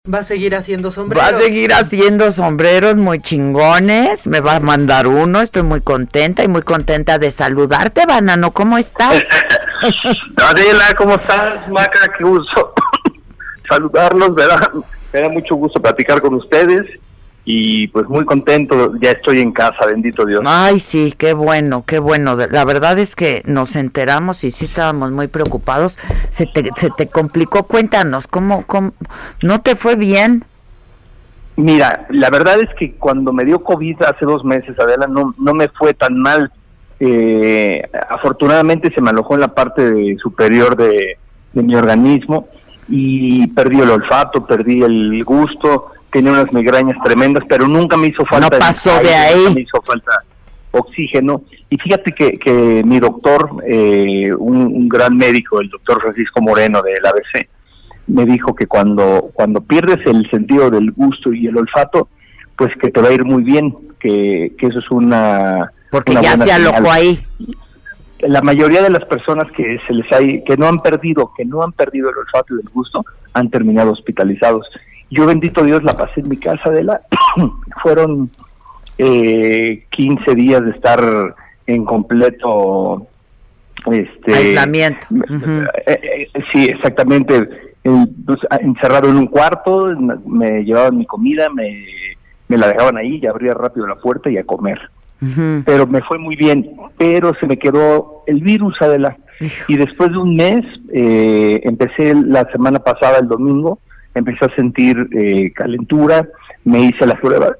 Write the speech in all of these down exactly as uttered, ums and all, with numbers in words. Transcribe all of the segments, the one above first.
Va a seguir haciendo sombreros. Va a seguir haciendo sombreros muy chingones. Me va a mandar uno. Estoy muy contenta y muy contenta de saludarte, Banano. ¿Cómo estás? Adela, ¿cómo estás? Maca, qué gusto saludarlos, ¿verdad? Me da mucho gusto platicar con ustedes. Y pues muy contento, ya estoy en casa, bendito Dios. Ay, sí, qué bueno, qué bueno. La verdad es que nos enteramos y sí estábamos muy preocupados. Se te, se te complicó, cuéntanos, ¿cómo, cómo no te fue bien? Mira, la verdad es que cuando me dio COVID hace dos meses, Adela, no, no me fue tan mal. Eh, afortunadamente se me alojó en la parte de, superior de, de mi organismo y perdí el olfato, perdí el gusto. Tenía unas migrañas tremendas, pero nunca me hizo falta. No pasó de ahí. Nunca me hizo falta oxígeno. Y fíjate que, que mi doctor, eh, un, un gran médico, el doctor Francisco Moreno del A B C, me dijo que cuando, cuando pierdes el sentido del gusto y el olfato, pues que te va a ir muy bien, que, que eso es una... Porque una ya se alojó señal. ahí. La mayoría de las personas que se les hay, que no han perdido, que no han perdido el olfato y el gusto, han terminado hospitalizados. Yo, bendito Dios, la pasé en mi casa, de la fueron eh, quince días de estar en completo este aislamiento. Uh-huh. eh, eh, sí, exactamente. Eh, pues, encerrado en un cuarto, me llevaban mi comida, me, me la dejaban ahí y abría rápido la puerta y a comer. Uh-huh. Pero me fue muy bien, pero se me quedó el virus, Adela. Uh-huh. Y después de un mes, eh, empecé la semana pasada, el domingo, empecé a sentir eh, calentura, me hice la prueba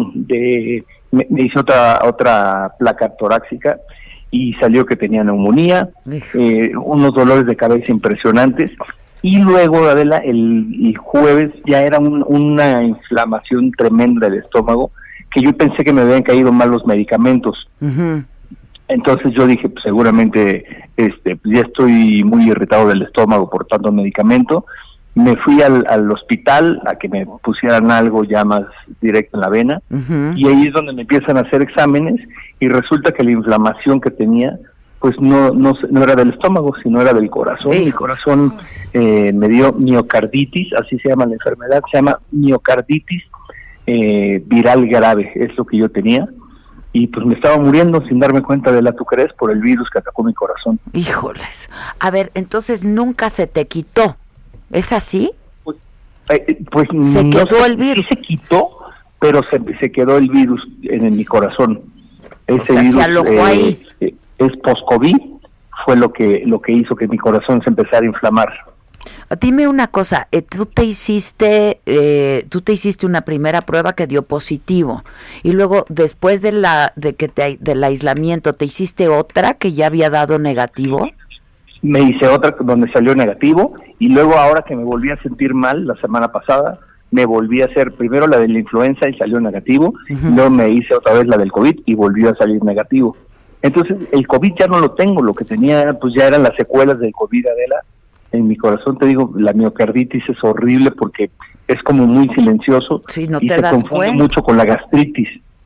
de, me, me hice otra otra placa torácica y salió que tenía neumonía, eh, unos dolores de cabeza impresionantes, y luego, Adela, el, el jueves ya era un, una inflamación tremenda del estómago, que yo pensé que me habían caído mal los medicamentos. Uh-huh. Entonces yo dije, pues seguramente este pues ya estoy muy irritado del estómago por tanto medicamento. Me fui al, al hospital a que me pusieran algo ya más directo en la vena, uh-huh. y ahí es donde me empiezan a hacer exámenes y resulta que la inflamación que tenía pues no no, no era del estómago, sino era del corazón. Sí. Mi corazón eh, me dio miocarditis, así se llama la enfermedad, se llama miocarditis eh, viral grave, es lo que yo tenía, y pues me estaba muriendo sin darme cuenta de la ¿tú crees? Por el virus que atacó mi corazón. Híjoles, a ver, entonces nunca se te quitó. ¿Es así? Pues, eh, pues se no quedó se, el virus. Sí se quitó, pero se, se quedó el virus en, en mi corazón. Ese o sea, virus se alojó eh, ahí. Eh, es post-COVID, fue lo que lo que hizo que mi corazón se empezara a inflamar. Dime una cosa, eh, tú te hiciste eh, tú te hiciste una primera prueba que dio positivo y luego después de la de que te, del aislamiento te hiciste otra que ya había dado negativo. Me hice otra donde salió negativo y luego ahora que me volví a sentir mal la semana pasada, me volví a hacer primero la de la influenza y salió negativo, uh-huh. y luego me hice otra vez la del COVID y volvió a salir negativo. Entonces el COVID ya no lo tengo, lo que tenía pues ya eran las secuelas del COVID, Adela. En mi corazón, te digo, la miocarditis es horrible porque es como muy silencioso, sí, no y te se das confunde cuenta. mucho con la gastritis.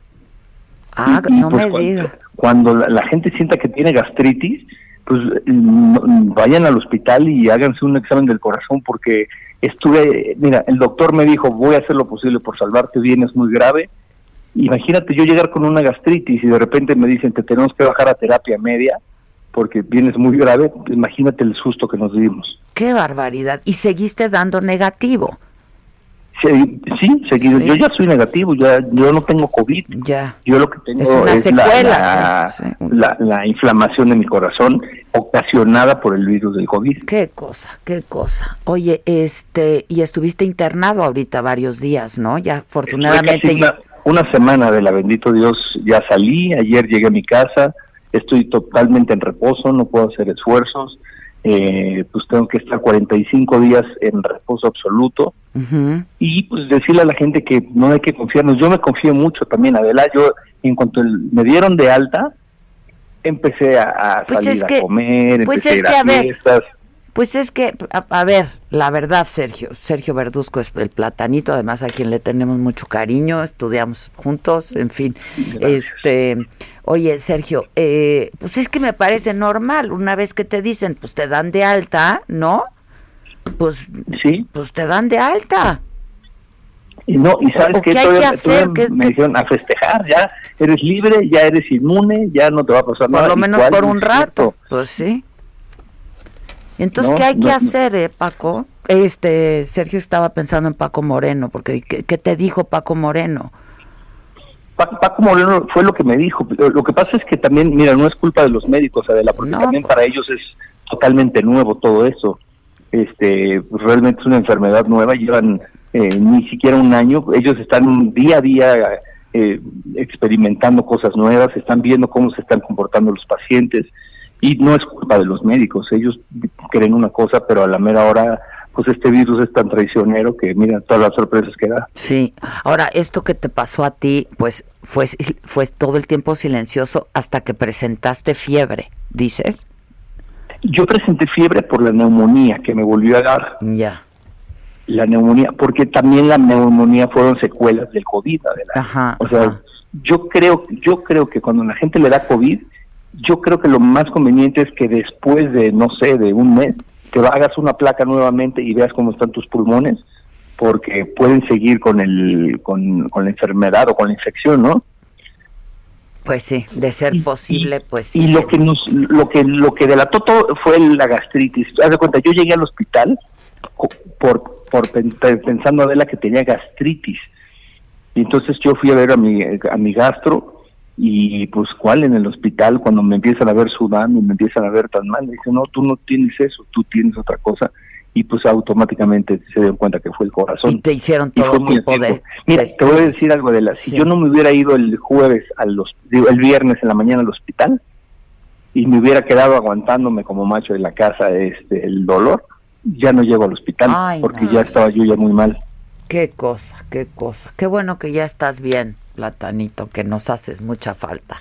Ah, y, y no pues me cuando, digas. Cuando la, la gente sienta que tiene gastritis, pues vayan al hospital y háganse un examen del corazón porque estuve, mira, el doctor me dijo, voy a hacer lo posible por salvarte, vienes muy grave. Imagínate yo llegar con una gastritis y de repente me dicen, te tenemos que bajar a terapia media porque vienes muy grave, imagínate el susto que nos dimos. ¡Qué barbaridad! ¿Y seguiste dando negativo? Sí, sí, seguido. Sí. Yo ya soy negativo, ya yo no tengo COVID. Ya. Yo lo que tengo es, una es secuela, la, la, sí. la, la inflamación de mi corazón ocasionada por el virus del COVID. Qué cosa, qué cosa. Oye, este, y estuviste internado ahorita varios días, ¿no? Ya afortunadamente. Una, una semana de la bendito Dios ya salí, ayer llegué a mi casa, estoy totalmente en reposo, no puedo hacer esfuerzos. Eh, pues tengo que estar cuarenta y cinco días en reposo absoluto, uh-huh. y pues decirle a la gente que no hay que confiarnos. Yo me confío mucho también, Adela. Yo en cuanto el, me dieron de alta, empecé a, a pues salir que, a comer, pues empecé es a ir que, a a fiestas. Ver, pues es que, a, a ver, la verdad, Sergio, Sergio Verduzco es el platanito, además a quien le tenemos mucho cariño, estudiamos juntos, en fin. Gracias. Este, oye, Sergio, eh, pues es que me parece normal, una vez que te dicen, pues te dan de alta, ¿no? Pues, sí, pues te dan de alta. Y no, y sabes que ¿Qué hay que hacer? ¿Qué, me dijeron a festejar, ya eres libre, ya eres inmune, ya no te va a pasar por nada. Por lo menos por un rato, pues sí. Entonces, no, ¿qué hay no, que hacer, no. eh, Paco? Este, Sergio estaba pensando en Paco Moreno, porque ¿qué, qué te dijo Paco Moreno? Paco, Paco Moreno fue lo que me dijo. Lo que pasa es que también, mira, no es culpa de los médicos, Adela, porque no, también pues. para ellos es totalmente nuevo todo eso. Este, pues realmente es una enfermedad nueva, llevan eh, ni siquiera un año, ellos están día a día eh, experimentando cosas nuevas, están viendo cómo se están comportando los pacientes, y no es culpa de los médicos, ellos creen una cosa, pero a la mera hora, pues este virus es tan traicionero que mira todas las sorpresas que da. Sí, ahora esto que te pasó a ti, pues fue, fue todo el tiempo silencioso hasta que presentaste fiebre, ¿dices? Yo presenté fiebre por la neumonía que me volvió a dar. Ya. Yeah. La neumonía, porque también la neumonía fueron secuelas del COVID, Adela. Ajá. O sea, ajá. yo creo, yo creo que cuando la gente le da COVID, yo creo que lo más conveniente es que después de, no sé, de un mes, te hagas una placa nuevamente y veas cómo están tus pulmones, porque pueden seguir con el, con, con la enfermedad o con la infección, ¿no? Pues sí, de ser posible, y, pues sí. Y lo que nos, lo que, lo que delató todo fue la gastritis. Haz de cuenta, yo llegué al hospital por, por pensando, Adela, que tenía gastritis. Y entonces yo fui a ver a mi, a mi gastro, y pues, ¿cuál? En el hospital, cuando me empiezan a ver sudando y me empiezan a ver tan mal, me dicen, no, tú no tienes eso, tú tienes otra cosa. Y pues automáticamente se dieron cuenta que fue el corazón. Y te hicieron todo tipo de... Mira, te voy a decir algo, de la si sí. yo no me hubiera ido el jueves, a los, digo, el viernes en la mañana al hospital, y me hubiera quedado aguantándome como macho en la casa este el dolor, ya no llego al hospital. Ay, porque no. ya estaba yo ya muy mal. Qué cosa, qué cosa. Qué bueno que ya estás bien, Platanito, que nos haces mucha falta.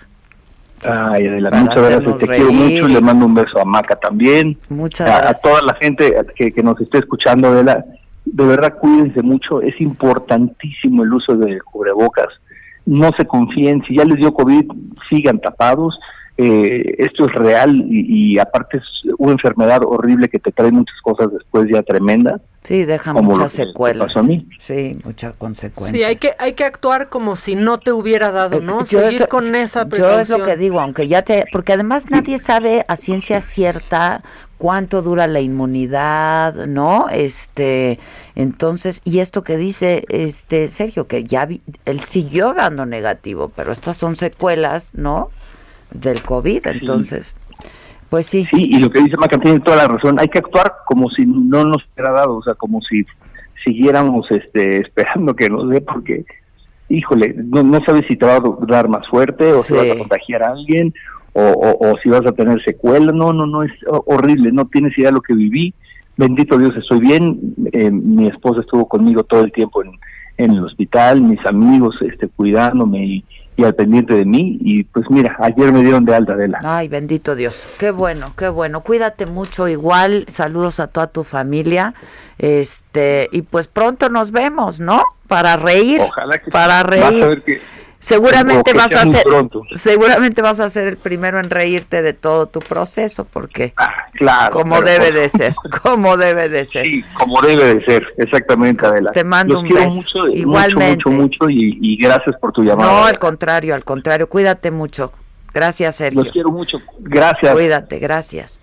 Ay, Adela, muchas gracias, te reír. quiero mucho, le mando un beso a Maca también, muchas a, gracias. a toda la gente que, que nos esté escuchando, Adela, de verdad cuídense mucho, es importantísimo el uso de cubrebocas, no se confíen, si ya les dio COVID, sigan tapados, eh, esto es real y, y aparte es una enfermedad horrible que te trae muchas cosas después ya tremendas. Sí, deja muchas secuelas. Pasó a mí. Sí, muchas consecuencias. Sí, hay que hay que actuar como si no te hubiera dado, ¿no? Yo Seguir eso, con esa precaución. Yo es lo que digo, aunque ya te... Porque además nadie sabe a ciencia cierta cuánto dura la inmunidad, ¿no? Este, entonces, y esto que dice este Sergio, que ya vi, él siguió dando negativo, pero estas son secuelas, ¿no? Del COVID, entonces... Sí. Pues sí. Sí, y lo que dice Maca tiene toda la razón. Hay que actuar como si no nos hubiera dado, o sea, como si siguiéramos este, esperando que nos dé, porque, híjole, no, no sabes si te va a dar más fuerte o sí. si vas a contagiar a alguien o, o, o si vas a tener secuelas. No, no, no, es horrible. No tienes idea de lo que viví. Bendito Dios, estoy bien. Eh, mi esposa estuvo conmigo todo el tiempo en, en el hospital, mis amigos este, cuidándome y y al pendiente de mí, y pues mira, ayer me dieron de alta, Adela. Ay, bendito Dios, qué bueno, qué bueno, cuídate mucho igual, saludos a toda tu familia, este, y pues pronto nos vemos, ¿no? Para reír, Ojalá que para sí. reír. Vas a ver que, seguramente que vas a ser, pronto. seguramente vas a ser el primero en reírte de todo tu proceso, porque ah, claro, como debe por... de ser, como debe de ser. Sí, como debe de ser, exactamente, Adela. Te mando Los un quiero beso. mucho, Igualmente. mucho, mucho, mucho, y, y gracias por tu llamada. No, al contrario, al contrario, cuídate mucho. Gracias, Sergio. Los quiero mucho, gracias. Cuídate, gracias.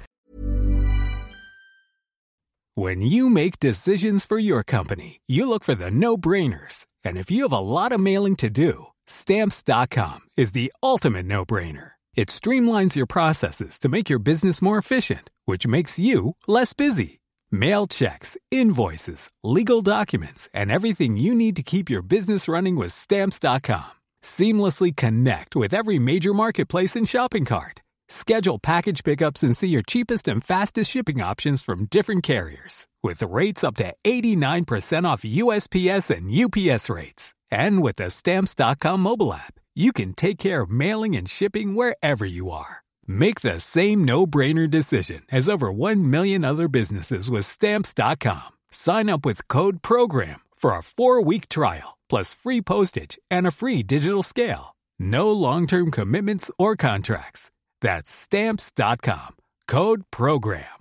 When you make decisions for your company, you look for the no-brainers. And if you have a lot of mailing to do, Stamps dot com is the ultimate no-brainer. It streamlines your processes to make your business more efficient, which makes you less busy. Mail checks, invoices, legal documents, and everything you need to keep your business running with Stamps dot com. Seamlessly connect with every major marketplace and shopping cart. Schedule package pickups and see your cheapest and fastest shipping options from different carriers, with rates up to eighty-nine percent off U S P S and U P S rates. And with the Stamps dot com mobile app, you can take care of mailing and shipping wherever you are. Make the same no-brainer decision as over one million other businesses with Stamps dot com. Sign up with code PROGRAM for a four-week trial, plus free postage and a free digital scale. No long-term commitments or contracts. That's Stamps dot com. Code PROGRAM.